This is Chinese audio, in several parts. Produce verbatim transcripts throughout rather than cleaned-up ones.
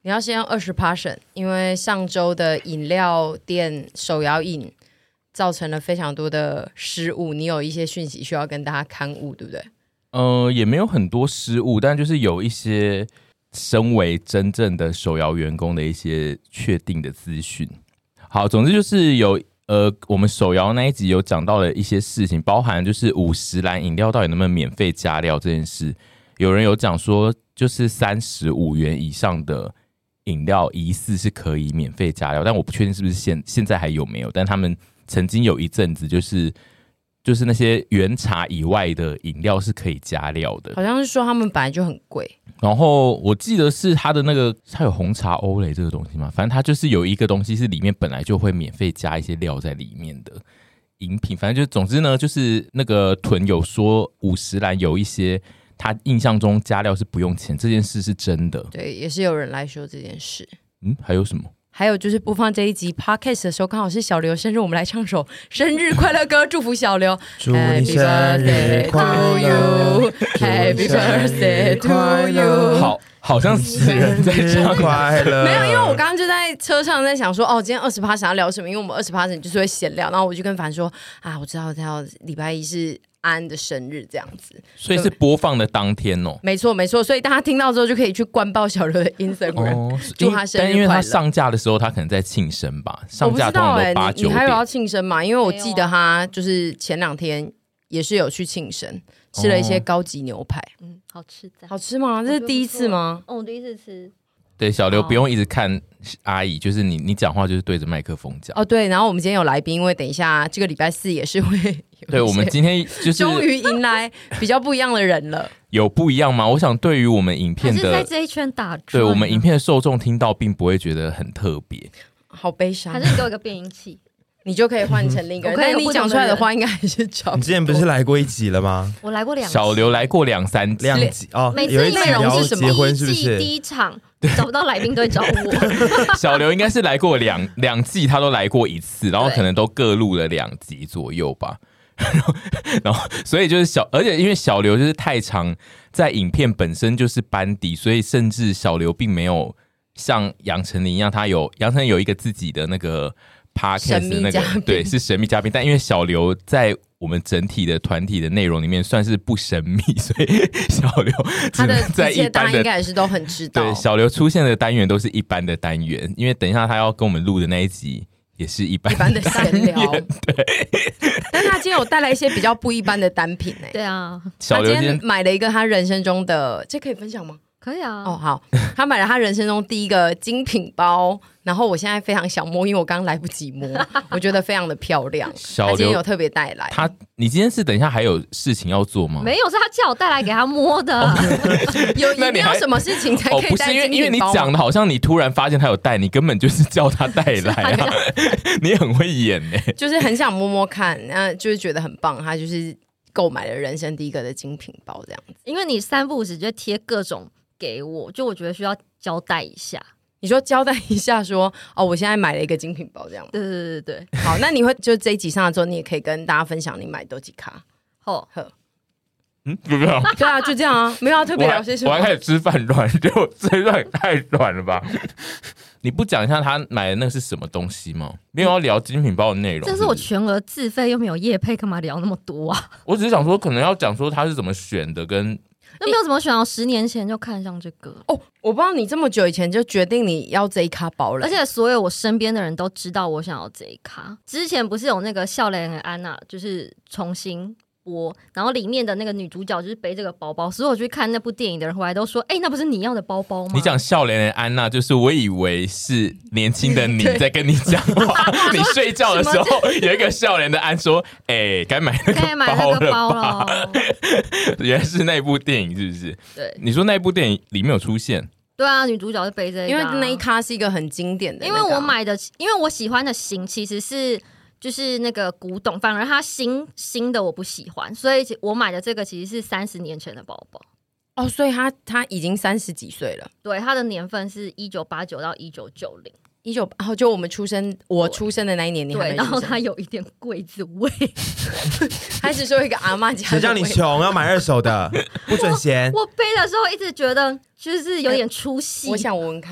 你要先用 百分之二十， 因为上周的饮料店手摇饮造成了非常多的失误，你有一些讯息需要跟大家勘误，对不对？ 呃，也没有很多失误，但就是有一些身为真正的手摇员工的一些确定的资讯。好，总之就是有呃，我们手摇那一集有讲到了一些事情，包含就是五十岚饮料到底能不能免费加料这件事。有人有讲说，就是三十五元以上的饮料疑似是可以免费加料，但我不确定是不是现现在还有没有。但他们曾经有一阵子就是就是那些原茶以外的饮料是可以加料的， 好像是说他们本来就很贵。 然后我记得是它的那个，它有红茶欧蕾这个东西嘛，反正它就是有一个东西是里面本来就会免费加一些料在里面的饮品，反正就总之呢，就是那个屯有说五十岚有一些他印象中加料是不用钱，这件事是真的。 对，也是有人来说这件事。 嗯，还有什么？ 还有就是播放这一集 podcast 的时候，刚好是小刘生日，我们来唱首生日快乐歌，祝福小刘。 祝你生日快乐 ，Happy birthday to you。 好，好像死人在唱快乐。 没有，因为我刚刚就在车上在想说，哦，今天二十趴想要聊什么？因为我们二十趴就是会闲聊，然后我就跟凡说，啊，我知道，知道，礼拜一是安的生日这样子， 所以是播放的当天哦。 没错没错，所以大家听到之后就可以去灌爆小刘的 Instagram，、哦、祝他生日快乐。 但因为他上架的时候，他可能在庆生吧，上架通常都八九点。 你还有要庆生吗？因为我记得他就是前两天也是有去庆生，吃了一些高级牛排， 嗯，好吃的。 好吃吗？这是第一次吗？ 哦，我第一次吃。 对，小刘不用一直看阿姨，就是你你讲话就是对着麦克风讲。 哦，对，然后我们今天有来宾，因为等一下这个礼拜四也是会有， 对，我们今天就是终于迎来比较不一样的人了。 有不一样吗？我想对于我们影片的， 还是在这一圈打转， 对我们影片的受众听到，并不会觉得很特别。 好悲伤， 还是你给我一个变音器。 你就可以换成另一个人，但你讲出来的话应该还是差不多。 你之前不是来过一集了吗？ 我来过两集， 小刘来过两三集， 两集哦。 每次内容是什么？ 结婚是不是？ 第一场找不到来宾都会找我。 小刘应该是来过两两季，他都来过一次，然后可能都各录了两集左右吧。然后，所以就是小，而且因为小刘就是太常在影片本身就是班底，所以甚至小刘并没有像杨丞琳一样，他有杨丞琳有一个自己的那个。Podcast 的那个对是神秘嘉宾，但因为小刘在我们整体的团体的内容里面算是不神秘，所以小刘他的一切大家应该也是都很知道。 对，小刘出现的单元都是一般的单元，因为等一下他要跟我们录的那一集也是一般一般的闲聊。 对， 但他今天有带来一些比较不一般的单品哎、欸。 对啊， 小刘今天买了一个他人生中的，这可以分享吗？ 可以啊。 哦，好，他买了他人生中第一个精品包，然后我现在非常想摸，因为我刚刚来不及摸，我觉得非常的漂亮。 小刘他今天有特别带来。 他，你今天是等一下还有事情要做吗？ 没有，是他叫我带来给他摸的。 有一定要什么事情才可以带精品包吗？哦，不是因为因为你讲的好像你突然发现他有带，你根本就是叫他带来啊。你很会演哎、欸， 就是很想摸摸看，那就是觉得很棒。他就是购买了人生第一个的精品包这样子。 因为你三不五时就贴各种。给我就我觉得需要交代一下， 你说交代一下说哦，我现在买了一个精品包这样。 对对对对， 好，那你会就这一集上了之后，你也可以跟大家分享你买多几卡。 好， 嗯，就这样。 对啊，就这样啊，没有要特别聊些什么。 我还开始吃饭软，结果这段也太软了吧？你不讲一下他买的那是什么东西吗？没有要聊精品包的内容是不是， 这是我全额自费又没有业配，干嘛聊那么多啊？ 我只是想说，可能要讲说他是怎么选的跟。 那没有怎么选到十年前就看上这个哦，我不知道你这么久以前就决定你要这一卡包了， 而且所有我身边的人都知道我想要这一卡。之前不是有那个笑脸的安娜，就是重新播，然后里面的那个女主角就是背这个包包，所以我去看那部电影的人回来都说：“哎、欸，那不是你要的包包吗？” 你讲笑脸的安娜，就是我以为是年轻的你在跟你讲话。你睡觉的时候有一个笑脸的安说：“哎、欸，该买那个包了吧？”该买那个包了。原来是那部电影，是不是？ 对， 你说那部电影里面有出现？ 对啊，女主角是背这一个、啊， 因为那一卡是一个很经典的、那個。因为我买的，因为我喜欢的型其实是就是那个古董，反而它新新的我不喜欢，所以我买的这个其实是三十年前的包包。 哦，所以他他已经三十几岁了。 对，他的年份是一九八九到一九九零。 一九，然后就我们出生，我出生的那一年，你还没出生。 对，然后它有一点柜子味， 还是说一个阿嬷家。 谁叫你穷要买二手的，不准嫌。 我, 我背的时候一直觉得就是有点出戏。 我想闻闻看，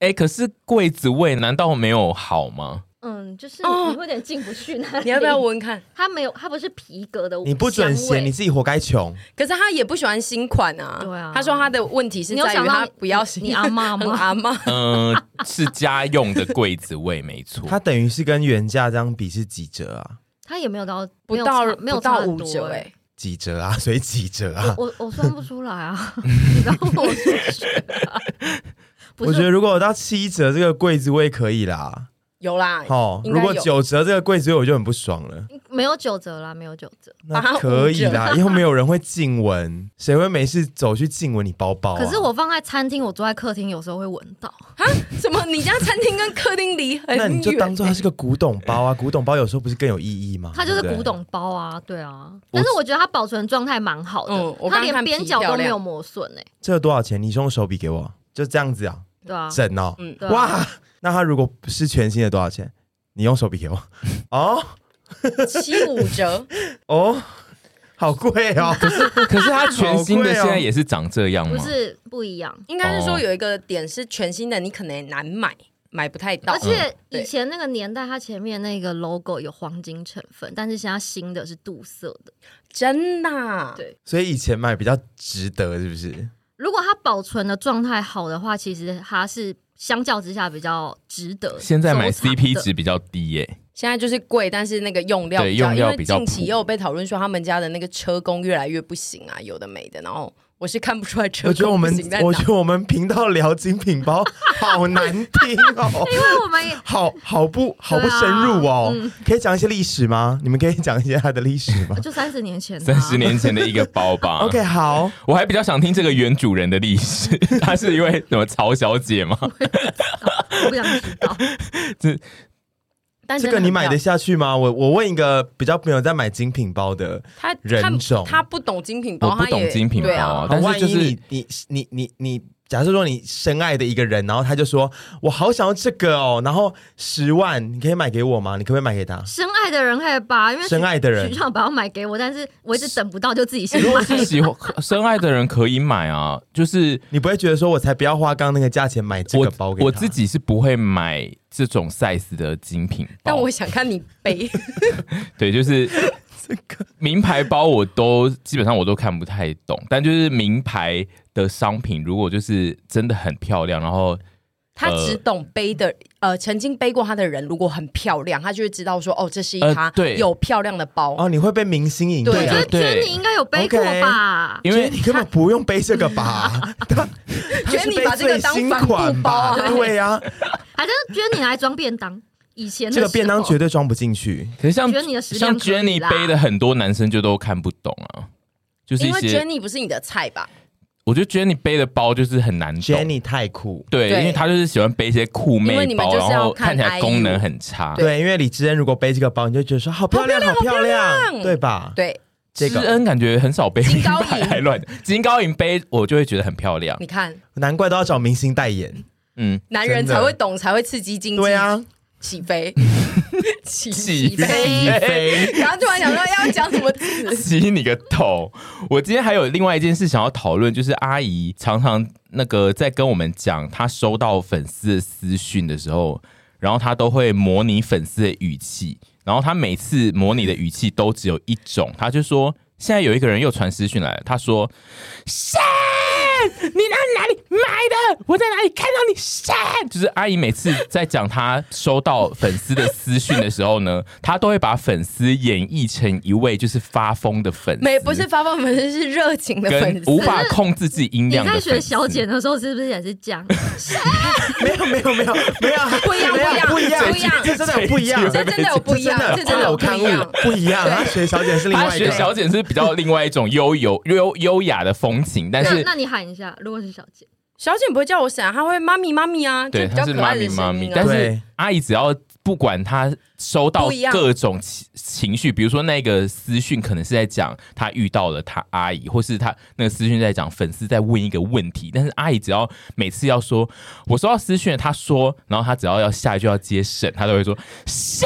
哎、欸，可是柜子味难道没有好吗？ 嗯，就是你会有点进不去那里、哦。 你要不要闻看？ 它没有，它不是皮革的。 你不准嫌，你自己活该穷。 可是他也不喜欢新款啊。 对啊， 他说他的问题是在于他不要新。 你阿嬷吗？ 阿嬷。 嗯、呃，是家用的柜子味，没错。 它等于是跟原价这样比是几折啊？ 它也没有到不到没有不到五折哎、欸， 几折啊？所以几折啊？ 我我算不出来啊，你不要问我数学、啊。 我觉得如果有到七折，这个柜子味可以啦。 有啦， 哦，如果九折这个柜子味我就很不爽了。 没有九折啦，没有九折， 那可以啦，因为没有人会近闻，谁会没事走去近闻你包包、啊？ 可是我放在餐厅，我坐在客厅，有时候会闻到啊？什么？你家餐厅跟客厅离很远、欸？ 那你就当做它是个古董包啊，古董包有时候不是更有意义吗？ 它就是古董包啊，对啊。但是我觉得它保存状态蛮好的，嗯、它连边角都没有磨损哎、欸。 这个多少钱？你用手比给我，就这样子啊？ 对啊， 整哦， 嗯， 哇，那它如果是全新的多少钱？你用手比给我哦， 七五折哦，好贵哦。 可是可是它全新的现在也是长这样吗？ 不是不一样， 应该是说有一个点是全新的，你可能难买，买不太到。 而且以前那个年代，它前面那个 logo 有黄金成分，但是现在新的是镀色的， 真的、啊。 对， 所以以前买比较值得，是不是？ 如果它保存的状态好的话，其实它是相较之下比较值得。 现在买 C P 值比较低耶、欸， 现在就是贵，但是那个用料比较， 用料比较。 因为近期也有被讨论说他们家的那个车工越来越不行啊，有的没的。然后我是看不出来车工不行在哪。 我觉得我们，我觉得我们频道聊精品包好难听哦， 因为我们好好不好不深入哦、啊嗯。可以讲一些历史吗？你们可以讲一些它的历史吗？ 就三十年前、啊， 三十年前的一个包吧。 OK， 好， 我还比较想听这个原主人的历史，她是一位什么曹小姐吗？ 我不想知道。 这。 这个你买得下去吗？我我问一个比较没有在买精品包的人种， 他, 他不懂精品包， 我不懂精品包、啊，但是就是你你你你你，假设说你深爱的一个人，然后他就说我好想要这个哦，然后十万，你可以买给我吗？你可不可以买给他？ 深爱的人可以吧，因为深爱的人许长把要买给我，但是我一直等不到，就自己先买。 如果是喜欢深爱的人可以买啊，就是你不会觉得说我才不要花刚刚那个价钱买这个包给他。 我, 我自己是不会买这种 size 的精品包， 但我想看你背。 对，就是名牌包我都基本上我都看不太懂，但就是名牌的商品，如果就是真的很漂亮，然后他只懂背的，呃, 呃，曾经背过他的人，如果很漂亮，他就会知道说，哦，这是一他有漂亮的包。 呃、哦，你会被明星引导。 对，我觉得你应该有背过吧？ Okay, 因为你根本不用背这个吧？ 觉得你把这个当帆布包啊？ 对呀、啊， 还是觉得你来装便当？以前的这个便当绝对装不进去。 可是像觉得你的食像 Jenny 背的很多男生就都看不懂啊，就是一些因为 Jenny 不是你的菜吧？ 我觉得 Jenny 背的包就是很难懂 ，Jenny 太酷， 对，因为她就是喜欢背一些酷妹包，然后看起来功能很差。 对，因为李知恩如果背这个包，你就觉得说好漂亮，好漂亮，对吧？ 对， 这个知恩感觉很少背名牌，还乱。金高银背我就会觉得很漂亮。 你看， 难怪都要找明星代言， 嗯， 男人才会懂，才会刺激经济。 对啊。 起飞，起起飞， 然后突然想说要讲什么词？ 起你个头！我今天还有另外一件事想要讨论，就是阿姨常常那个在跟我们讲，她收到粉丝的私讯的时候，然后她都会模拟粉丝的语气，然后她每次模拟的语气都只有一种，她就说现在有一个人又传私讯来了，她说谁？你在哪里买的？我在哪里看到你删？就是阿姨每次在讲她收到粉丝的私讯的时候呢，她都会把粉丝演绎成一位就是发疯的粉丝， 没不是发疯粉丝，是热情的粉丝， 无法控制自己音量的粉丝。 你在学小姐的时候是不是也是这样？ 没有没有没有没有， 不一样不一样不一样，这真的有不一样， 这真的有不一样，这真的有刊物不一样。他学小姐是另外一个， 学小姐是比较另外一种优优优优雅的风情，但是那你喊一下，如果是小姐。 小姐不会叫我婶啊，她会妈咪妈咪啊， 对，她是妈咪妈咪。但是阿姨只要不管她收到各种情绪，比如说那个私讯可能是在讲她遇到了她阿姨，或是她那个私讯在讲粉丝在问一个问题，但是阿姨只要每次要说我收到私讯，她说，然后她只要要下一句要接婶，她都会说婶。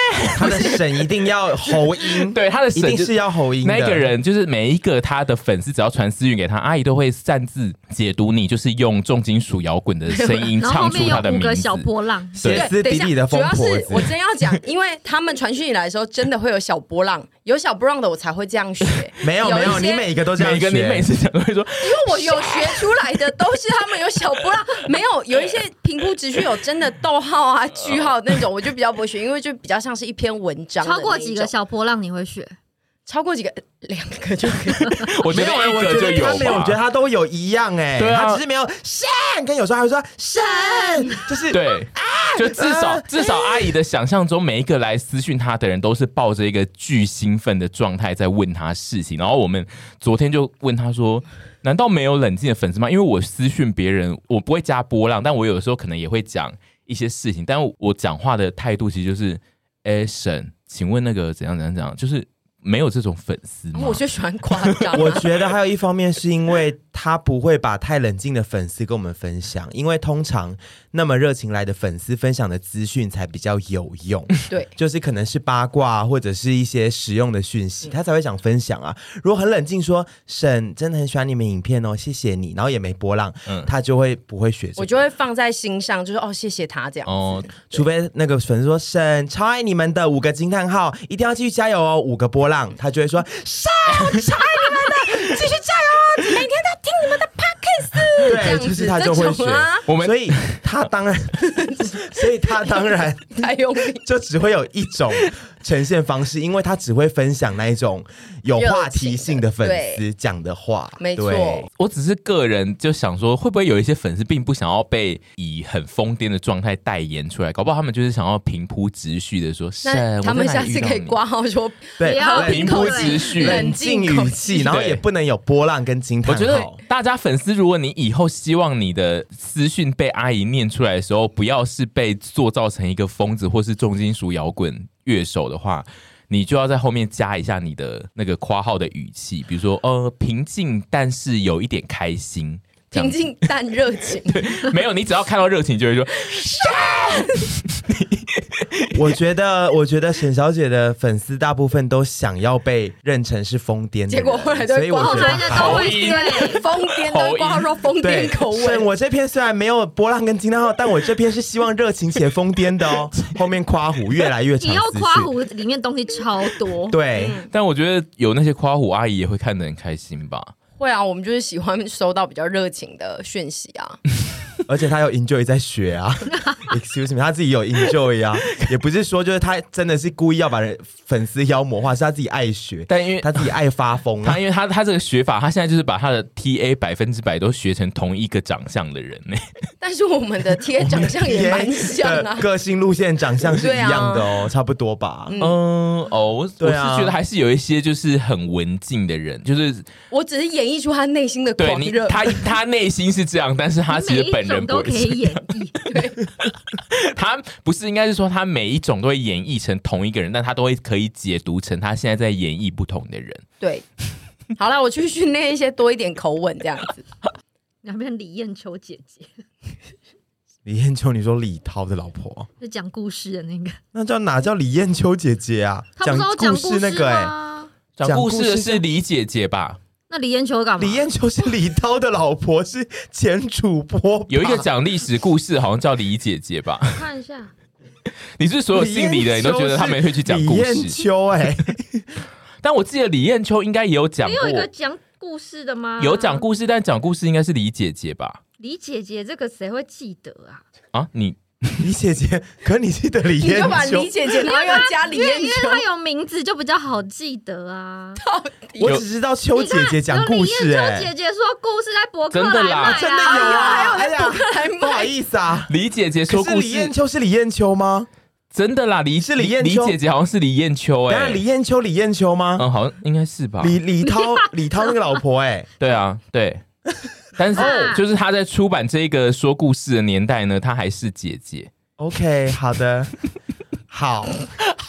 他的神一定要喉音， 对，他的神一定是要喉音的。 那个人就是每一个他的粉丝，只要传私讯给他，阿姨都会擅自解读你，就是用重金属摇滚的声音唱出他的名字。 然后后面有五个小波浪， 歇斯底里的疯婆子。 主要是我真要讲，因为他们传讯你来的时候，真的会有小波浪，有小波浪的我才会这样学。 没有没有，你每一个都这样学， 每个你每次讲都会说， 因为我有学出来的都是他们有小波浪，没有有一些平铺直叙有真的逗号啊、句号那种，我就比较不会学，因为就比较像是一篇文章。 超过几个小波浪你会学？ 超过几个，两个就可以。 我觉得一个就有吧。 没有，我觉得他都有一样哎、欸，啊、他只是没有神，跟有时候还会说神，就是对，就至少至少阿姨的想象中，每一个来私讯他的人都是抱着一个巨兴奋的状态在问他事情。然后我们昨天就问他说：“难道没有冷静的粉丝吗？”因为我私讯别人，我不会加波浪，但我有的时候可能也会讲一些事情，但我讲话的态度其实就是：“哎、欸，神，请问那个怎样怎样怎样，就是。”没有这种粉丝吗？ 我就喜欢夸张、啊。 我觉得还有一方面是因为他不会把太冷静的粉丝跟我们分享，因为通常那么热情来的粉丝分享的资讯才比较有用。 对， 就是可能是八卦或者是一些实用的讯息，他才会想分享啊。如果很冷静说沈真的很喜欢你们影片哦，谢谢你，然后也没波浪，嗯、他就会不会学、这個。 我就会放在心上，就是哦，谢谢他这样子。哦， 除非那个粉丝说沈超爱你们的五个惊叹号，一定要继续加油哦，五个波浪。他就会说沈超爱你们的，继续加油哦，每天都听你们的 podcast。 对，就是他就会学。我们所以他当然，所以他当然太用力， 就只会有一种呈现方式，因为他只会分享那一种有话题性的粉丝讲的话。 没错， 我只是个人就想说，会不会有一些粉丝并不想要被以很疯癫的状态代言出来，搞不好他们就是想要平铺直叙的说， 那他们下次可以挂号说， 对， 不要平铺直叙、 冷静语气，然后也不能有波浪跟惊叹号。 我觉得大家粉丝，如果你以后希望你的私讯被阿姨念出来的时候，不要是被塑造成一个疯子或是重金属摇滚乐手的话，你就要在后面加一下你的那个括号的语气，比如说呃平静但是有一点开心， 平静但热情。 对，没有，你只要看到热情就会说我觉得，我觉得沈小姐的粉丝大部分都想要被认成是疯癫的人， 结果后来都会挂号说口音， 疯癫都挂号说疯癫口吻。 沈，我这篇虽然没有波浪跟惊叹号，但我这篇是希望热情且疯癫的哦。后面夸胡越来越长， 以后夸胡里面东西超多。 对、 嗯，但我觉得有那些夸胡阿姨也会看得很开心吧。 会啊，我们就是喜欢收到比较热情的讯息啊。 而且他有 enjoy 在学啊，excuse me， 他自己有 enjoy 啊，也不是说就是他真的是故意要把人粉丝妖魔化，是他自己爱学， 但因为他自己爱发疯、啊， 他因为他他这个学法，他现在就是把他的 T A 百分之百都学成同一个长相的人呢。 但是我们的 T A 长相也蛮像啊， 个性路线长相是一样的哦，啊、差不多吧。 嗯，嗯哦，我、 对啊、 我是觉得还是有一些就是很文静的人，就是我只是演绎出他内心的狂热， 他他内心是这样，但是他其实本人都可以演绎。 对， 他不是应该是说他每一种都会演绎成同一个人，但他都会可以解读成他现在在演绎不同的人。 对，好了，我去训练一些多一点口吻这样子。 那边李艳秋姐姐， 李艳秋，你说李涛的老婆， 就讲故事的那个， 那叫哪叫李艳秋姐姐啊？ 讲故事那个哎、欸， 讲故事的是李姐姐吧？ 那李艳秋干嘛？ 李艳秋是李涛的老婆，是前主播。 有一个讲历史故事，好像叫李姐姐吧？ 我看一下， 你是不是所有姓李的，你都觉得他们会去讲故事？ 李艳秋哎、欸， 但我记得李艳秋应该也有讲过， 没有一个讲故事的吗？ 有讲故事，但讲故事应该是李姐姐吧？ 李姐姐这个谁会记得啊？ 啊，你。 李姐姐，可你记得李艳秋？ 你就把李姐姐，然后要加李艳秋， 因为她有名字就比较好记得啊。 我只知道秋姐姐讲故事、欸， 哎，秋姐姐说故事在博客真的啦， 啊、 真的有啊， 还有在博客来买， 不好意思啊， 李姐姐说故事， 李艳秋是李艳秋吗？ 真的啦，李是李艳秋， 李姐姐好像是李艳秋哎、欸， 当然李艳秋李艳秋吗？ 嗯，好像应该是吧。 李李涛李涛那个老婆哎、欸， 对啊，对。但是就是她在出版这个说故事的年代呢，她还是姐姐。 OK， 好的，好，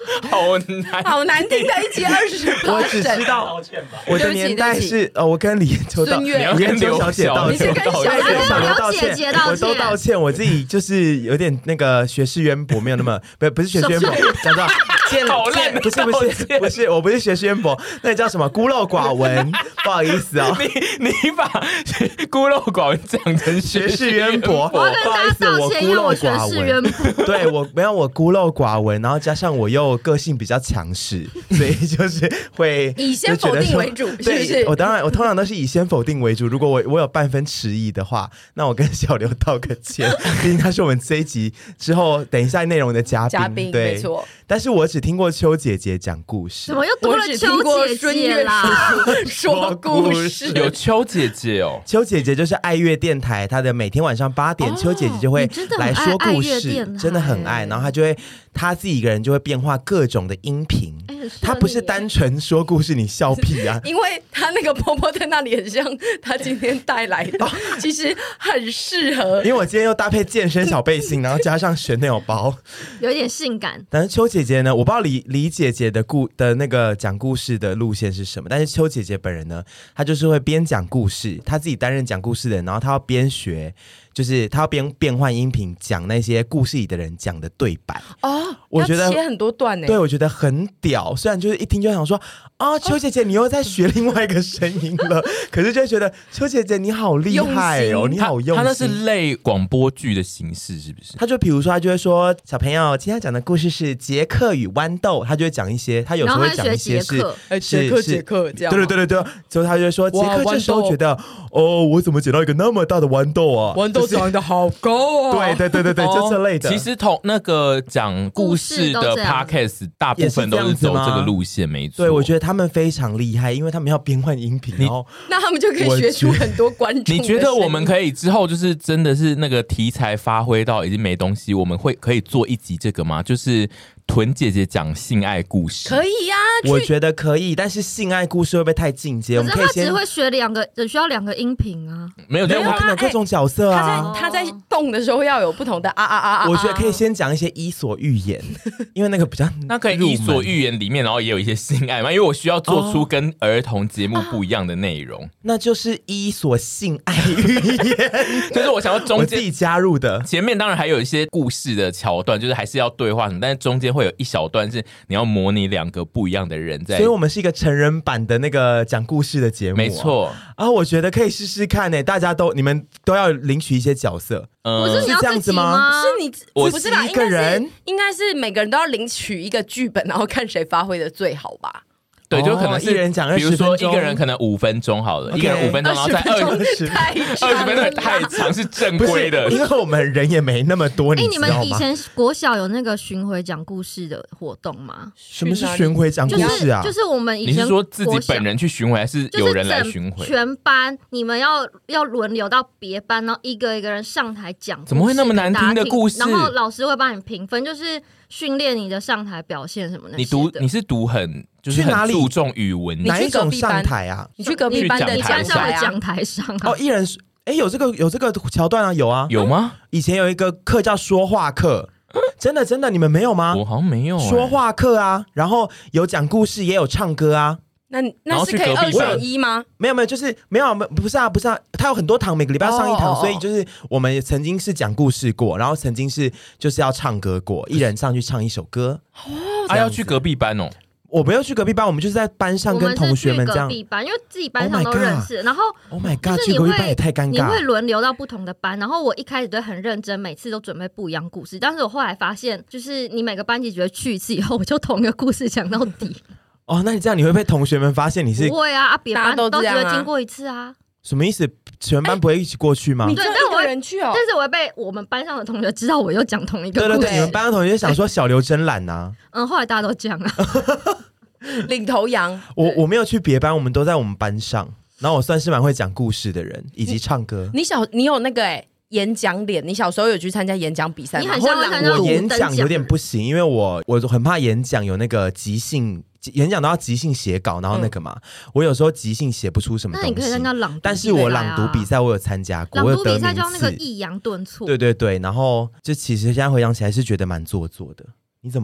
好难， 好难听的一集二十八我只知道我的年代是呃，我跟李彦秋道， 孙悦李彦秋小姐道歉， 你是跟小对刘小刘道姐姐道歉我都道歉，我自己就是有点那个学识渊博，没有那么不不是学识渊博，讲到见好烂的不是不道是歉不是，我不是学识渊博，那叫什么孤陋寡闻，不好意思哦。 你你把孤陋寡闻讲成学识渊博， 我要跟大家道歉，因为我学识渊博。 对我没有我孤陋寡闻，然后加上我又个性比较强势，所以就是会以先否定为主，是不对， 是？ 我当然我通常都是以先否定为主。如果我我有半分迟疑的话，那我跟小刘道个歉，毕竟他是我们这一集之后等一下内容的嘉宾。 嘉宾对， 没错。 但是我只听过邱姐姐讲故事， 怎么又多了我只听过邱孙悦姐姐啦？ 说故事， 有邱姐姐哦， 邱姐姐就是爱乐电台，她的每天晚上八点，邱、姐姐就会你真的很来说故爱爱乐事电，台真的很爱。然后她就会，她自己一个人就会变化各种的音频。 哎很顺利她不是单纯说故事，你笑屁啊！ 因为他那个婆婆在那里很像他今天带来的，其实很适合因。为我今天又搭配健身小背心，然后加上Chanel包。 有点性感。 但是邱姐姐呢，我不知道李李姐姐的故的那个讲故事的路线是什么，但是邱姐姐本人呢，她就是会边讲故事，她自己担任讲故事的人，然后她要边学，就是她要边变换音频讲那些故事里的人讲的对白。 哦， 我觉得要切很多段呢。 对，我觉得很屌。虽然就是一听就想说啊，邱姐姐你又在学另外一个声音了，可是就会觉得邱姐姐你好厉害哦， 用你好用心。 他那是类广播剧的形式，是不是？ 他就比如说，他就会说小朋友今天讲的故事是杰克与豌豆，他就会讲一些，他有时候会讲一些是哎， 是杰克杰克这样吗， 对对对对对，之后他就会说杰哇克这时候豌豆觉得哦，我怎么捡到一个那么大的豌豆啊？ 豌豆就是长得好高哦。 对对对对对，就这类的。 其实同那个讲故事的故事都这样 podcast 大部分都是走这个路线，没错。 对，我觉得他们非常厉害，因为他们要变换音频，然后那他们就可以学出很多观众的声音。 你觉得我们可以之后就是真的是那个题材发挥到已经没东西，我们会可以做一集这个吗？就是屯姐姐讲性爱故事， 可以呀、啊， 我觉得可以，但是性爱故事会不会太进阶？我可们可以先是他只会学两个，只需要两个音频啊。 没有这样没有可能有各种角色他在啊。 他在动的时候要有不同的啊啊啊啊！ 我觉得可以先讲一些伊索寓言，因为那个比较那可以入门伊索寓言里面，然后也有一些性爱嘛，因为我需要做出跟儿童节目不一样的内容， 那就是伊索性爱寓言， 就是我想要中间我自己加入的。 前面当然还有一些故事的桥段，就是还是要对话什么，但是中间会有一小段是你要模拟两个不一样的人在， 所以我们是一个成人版的那个讲故事的节目、啊， 没错。 啊，我觉得可以试试看呢、欸，大家都你们都要领取一些角色， 嗯不是你要是这样自己子吗是你我不是吧？ 自己一个人应该是应该是每个人都要领取一个剧本，然后看谁发挥的最好吧。 对，就可能是哦一人讲比如二十分钟， 说一个人可能五分钟好了， OK 一个人五分钟，然后再二二十太二十分钟也太长，是正不是规的。 因为我们人也没那么多， 哎、 你你们知道吗？ 以前国小有那个巡回讲故事的活动吗？ 什么是巡回讲故就是事啊？ 就是我们以前你是说自己国小本人去巡回，还是就是有人来整巡回？ 全班你们要要轮流到别班，然后一个一个人上台讲故事， 怎么会那么难听的故事给大家听然后老师会帮你评分，就是训练你的上台表现什么那些的。 你读你是读很就是去哪里很注重语文， 你哪一种去隔壁班上台啊？ 你去隔壁班的去讲台你班上的啊讲台上啊哦，一人哎，有这个有这个桥段啊，有啊， 有吗？ 以前有一个课叫说话课，真的真的，你们没有吗？ 我好像没有欸说话课啊，然后有讲故事，也有唱歌啊。 那然那后去隔壁是可以二班选一吗？ 没有没有，就是没有没有不是啊不是啊，他有很多堂，每个礼拜要上一堂， 哦哦哦所以就是我们也曾经是讲故事过，然后曾经是就是要唱歌过，一人上去唱一首歌。 啊，要去隔壁班哦。 我没有去隔壁班，我们就是在班上跟同学们这样我们是去隔壁班，因为自己班上 Oh my 都认识。然后 ，Oh my 就 God， 是你去隔壁班也会太尴你会尬。 轮流到不同的班，然后我一开始都很认真，每次都准备不一样故事。但是我后来发现，就是你每个班级觉得去一次以后，我就同一个故事讲到底。 哦，那你这样你会被同学们发现你是不会啊，啊，别大家班都只都这样啊会经过一次啊。 什么意思？全班不会一起过去吗？ 你就一对但我个人去哦但。是我会被我们班上的同学知道我又讲同一个故事。 对对对，你们班的同学想说小刘真懒呐。 嗯，后来大家都这样啊。 领头羊， 我我没有去别班，我们都在我们班上。然后我算是蛮会讲故事的人，以及唱歌。 你小你有那个哎演讲脸，你小时候有去参加演讲比赛吗？ 你很像或朗会参加读我演登奖讲有点不行，因为我我很怕演讲有那个即兴，演讲都要即兴写稿，然后那个嘛，我有时候即兴写不出什么东那你可以参加西。 朗读比赛啊， 但是我朗读比赛我有参加过，我有得朗读比赛就要名次。 那个抑扬顿挫。 对对对，然后就其实现在回想起来是觉得蛮做作的。你怎么了？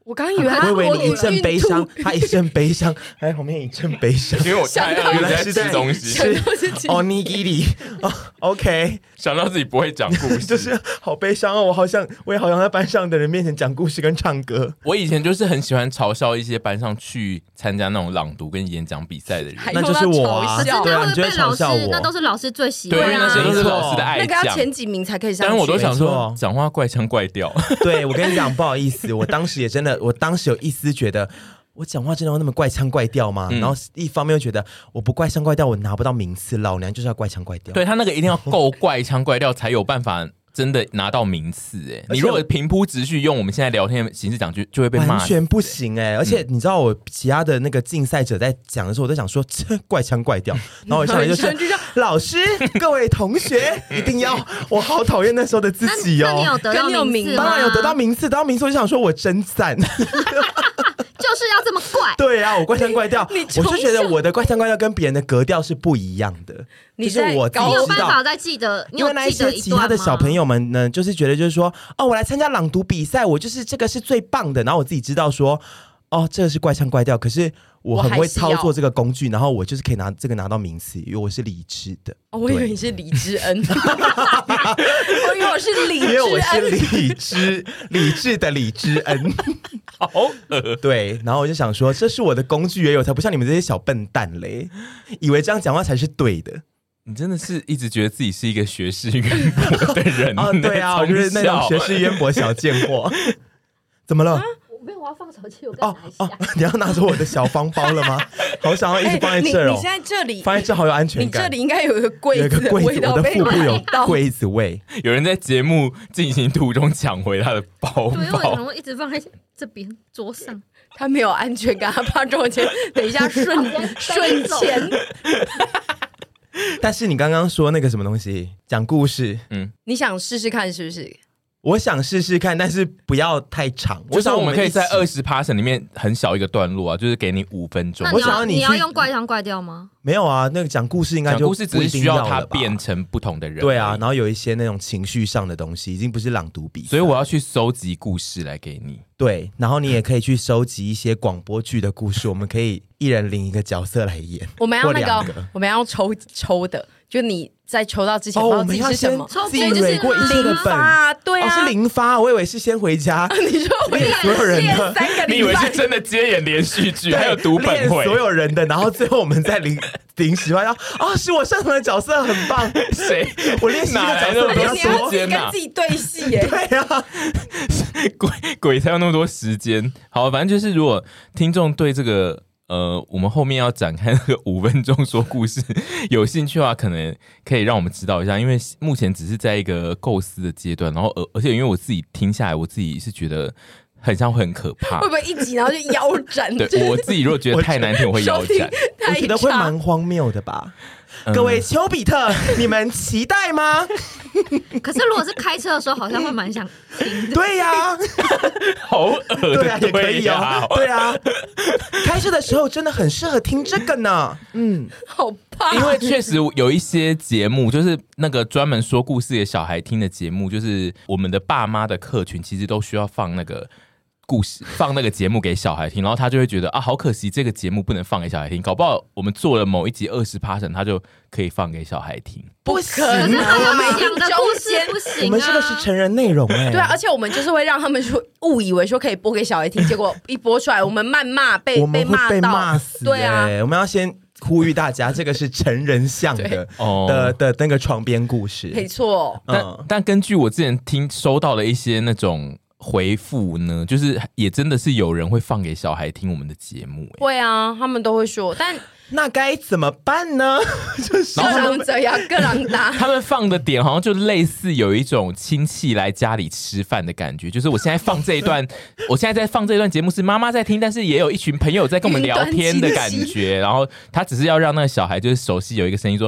我刚以为他， 我以为你一阵悲伤孕， 他一阵悲伤，哎，旁边一阵悲伤， 因为我太饿，一直在吃东西， 想到自己哦，尼基里，哦 ，OK， 想到自己不会讲故事， 就是好悲伤哦，我好想，我也好想在班上的人面前讲故事跟唱歌。 我以前就是很喜欢嘲笑一些班上去参加那种朗读跟演讲比赛的人， 那就是我啊， 笑对啊， 那会你就会被老师嘲笑我， 那都是老师最喜欢对，因为那些都是没错老师的爱那个要将。 前几名才可以上去。 但是我都想说没，错讲话怪腔怪调。 对我跟你讲，不好意思，我当时也真的，我当时有一丝觉得。我讲话真的要那么怪腔怪调吗？嗯、然后一方面又觉得我不怪腔怪调，我拿不到名次，老娘就是要怪腔怪调。 对他那个一定要够怪腔怪调，才有办法真的拿到名次。哎，你如果平铺直叙，用我们现在聊天的形式讲，就就会被骂。 完全不行哎、欸！而且你知道，我其他的那个竞赛者在讲的时候，我在想说这怪腔怪调，然后我下来就是老师，各位同学一定要，我好讨厌那时候的自己哦。 那你有得到名次吗？ 当然有得到名次，得到名次我就想说我真赞。 就是要这么怪， 对啊，我怪腔怪调，我就觉得我的怪腔怪调跟别人的格调是不一样的。 你就是我自己你有知道， 办法再记得，你有因为那一些其他的小朋友们呢，就是觉得就是说，哦，我来参加朗读比赛，我就是这个是最棒的。然后我自己知道说，哦，这个是怪腔怪调，可是我很会操作这个工具，然后我就是可以拿这个拿到名次，因为我是理智的。 哦，我以为你是李知恩，我以为我是李知恩， 因为我是理智理智的李知恩。 好恶， 对，然后我就想说，这是我的工具耶，我才不像你们这些小笨蛋嘞，以为这样讲话才是对的。 你真的是一直觉得自己是一个学识渊博的人啊？对啊，我就是那种学识渊博小贱货。怎么了？啊没有，我要放手机，我跟你哦哦，你要拿走我的小方包了吗？好想要一直放在这儿哦、欸、 你, 你现在这里放在这好有安全感。 你这里应该有一个柜子， 有一个柜子，我的腹部有柜子味。 有人在节目进行途中抢回他的包包， 对，我可能一直放在这边桌上。 他没有安全感，他怕中间等一下瞬瞬间。 但是你刚刚说那个什么东西，讲故事， 嗯，你想试试看是不是？ 我想试试看，但是不要太长。 我想我们可以在二十 percent 里面很小一个段落啊，就是给你五分钟。 我想要你你要用怪腔怪调吗？ 没有啊，那个讲故事应该就讲故事只是需要他变成不同的人。 对啊，然后有一些那种情绪上的东西，已经不是朗读比赛， 所以我要去收集故事来给你。 对，然后你也可以去收集一些广播剧的故事，我们可以一人领一个角色来演。 我们要那个，我们要抽抽的，就你在抽到之前不知道自己是什么， 自己蕊过一切的本啊，对啊， 哦是零发，我以为是先回家。 你说练所有人的， 你以为是真的接演连续剧，还有读本会， 所有人的，然后最后我们再临临时发现，啊，是我上场的角色很棒， 谁？ 我练习这个角色比较多时间跟自己对戏耶， 对啊， 鬼鬼才有那么多时间。好，反正就是如果听众对这个。呃，我们后面要展开那个五分钟说故事，有兴趣的话，可能可以让我们知道一下，因为目前只是在一个构思的阶段，然后而而且因为我自己听下来，我自己是觉得很像会很可怕， 会不会一集然后就腰斩？ 对我自己如果觉得太难听，我会腰斩， 我觉得会蛮荒谬的吧。嗯、各位丘比特，你们期待吗？ 可是如果是开车的时候，好像会蛮想听的。 对呀、啊， 好恶的， 对啊，也可以哦。对啊，开车的时候真的很适合听这个呢。嗯， 好怕， 因为确实有一些节目，就是那个专门说故事给小孩听的节目，就是我们的爸妈的客群，其实都需要放那个。故事放那个节目给小孩听，然后他就会觉得啊，好可惜这个节目不能放给小孩听，搞不好我们做了某一集二十 percent， 他就可以放给小孩听。 不可能， 我们讲的故事不行、啊， 我们这个是成人内容哎、欸。 对啊，而且我们就是会让他们说误以为说可以播给小孩听，结果一播出来，我们谩骂被我们会被骂死、欸。 对啊， 我们要先呼吁大家，这个是成人向的的的那个床边故事， 没错。 但、嗯、但根据我之前听收到的一些那种。回复呢，就是也真的是有人会放给小孩听我们的节目、欸， 会啊，他们都会说，但那该怎么办呢？ 各人这样，各人打。 他们放的点好像就类似有一种亲戚来家里吃饭的感觉，就是我现在放这一段，我现在在放这一段节目是妈妈在听，但是也有一群朋友在跟我们聊天的感觉，然后他只是要让那个小孩就是熟悉有一个声音说。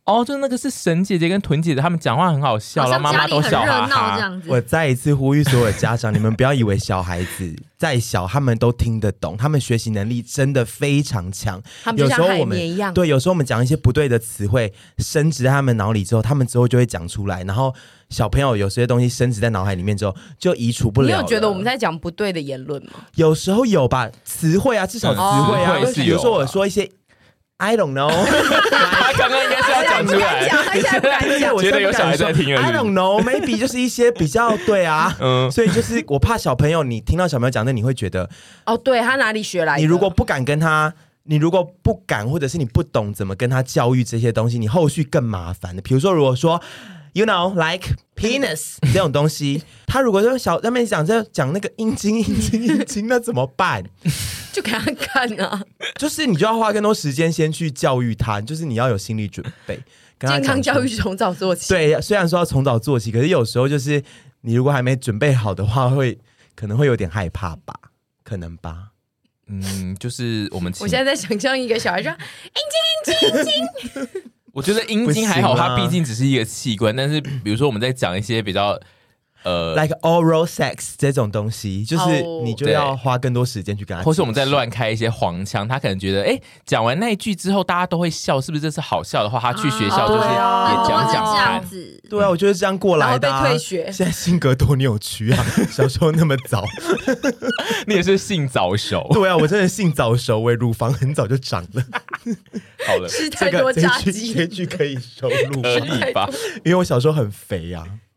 哦，就那个是沈姐姐跟屯姐姐，他们讲话很好笑，然后妈妈都笑哈哈。 这样子。 我再一次呼吁所有家长，你们不要以为小孩子再小他们都听得懂，他们学习能力真的非常强。 他们就像海绵一样。 对，有时候我们讲一些不对的词汇，深植在他们脑里之后，他们之后就会讲出来。然后小朋友有些东西深植在脑海里面之后，就移除不了了。 你有觉得我们在讲不对的言论吗？ 有时候有吧，词汇啊，至少词汇啊， 嗯、 比如说我说一些。I don't know， 他刚刚应该是要讲出来， 他现在不敢讲， 觉得有小孩在听了。 I don't know，maybe 就是一些比较对啊，嗯，所以就是我怕小朋友，你听到小朋友讲的，你会觉得哦，对他哪里学来的？ 你如果不敢跟他，你如果不敢，或者是你不懂怎么跟他教育这些东西，你后续更麻烦的。比如说，如果说 you know like penis 这种东西，他如果说小那边讲这讲那个阴茎阴茎阴茎，那怎么办？ 就给他看啊， 就是你就要花更多时间先去教育他，就是你要有心理准备。 健康教育从早做起。 对，虽然说要从早做起，可是有时候就是你如果还没准备好的话，会可能会有点害怕吧，可能吧。 嗯，就是我们我现在在想象一个小孩说阴茎阴茎阴茎。 我觉得阴茎还好，它毕竟只是一个器官，但是比如说我们在讲一些比较。呃 ，like oral sex 这种东西，就是你就要花更多时间去跟他， 或是我们在乱开一些黄腔，他可能觉得，哎，讲完那一句之后，大家都会笑，是不是这是好笑的话？他去学校就是也讲讲看。 对啊，我就是这样过来的、啊。 然后被退学， 现在性格多扭曲啊！小时候那么早， 你也是性早熟。 对啊，我真的性早熟，我乳房很早就长了。 好了， 吃太多炸鸡， 这句可以收录， 可以吧？ 因为我小时候很肥啊。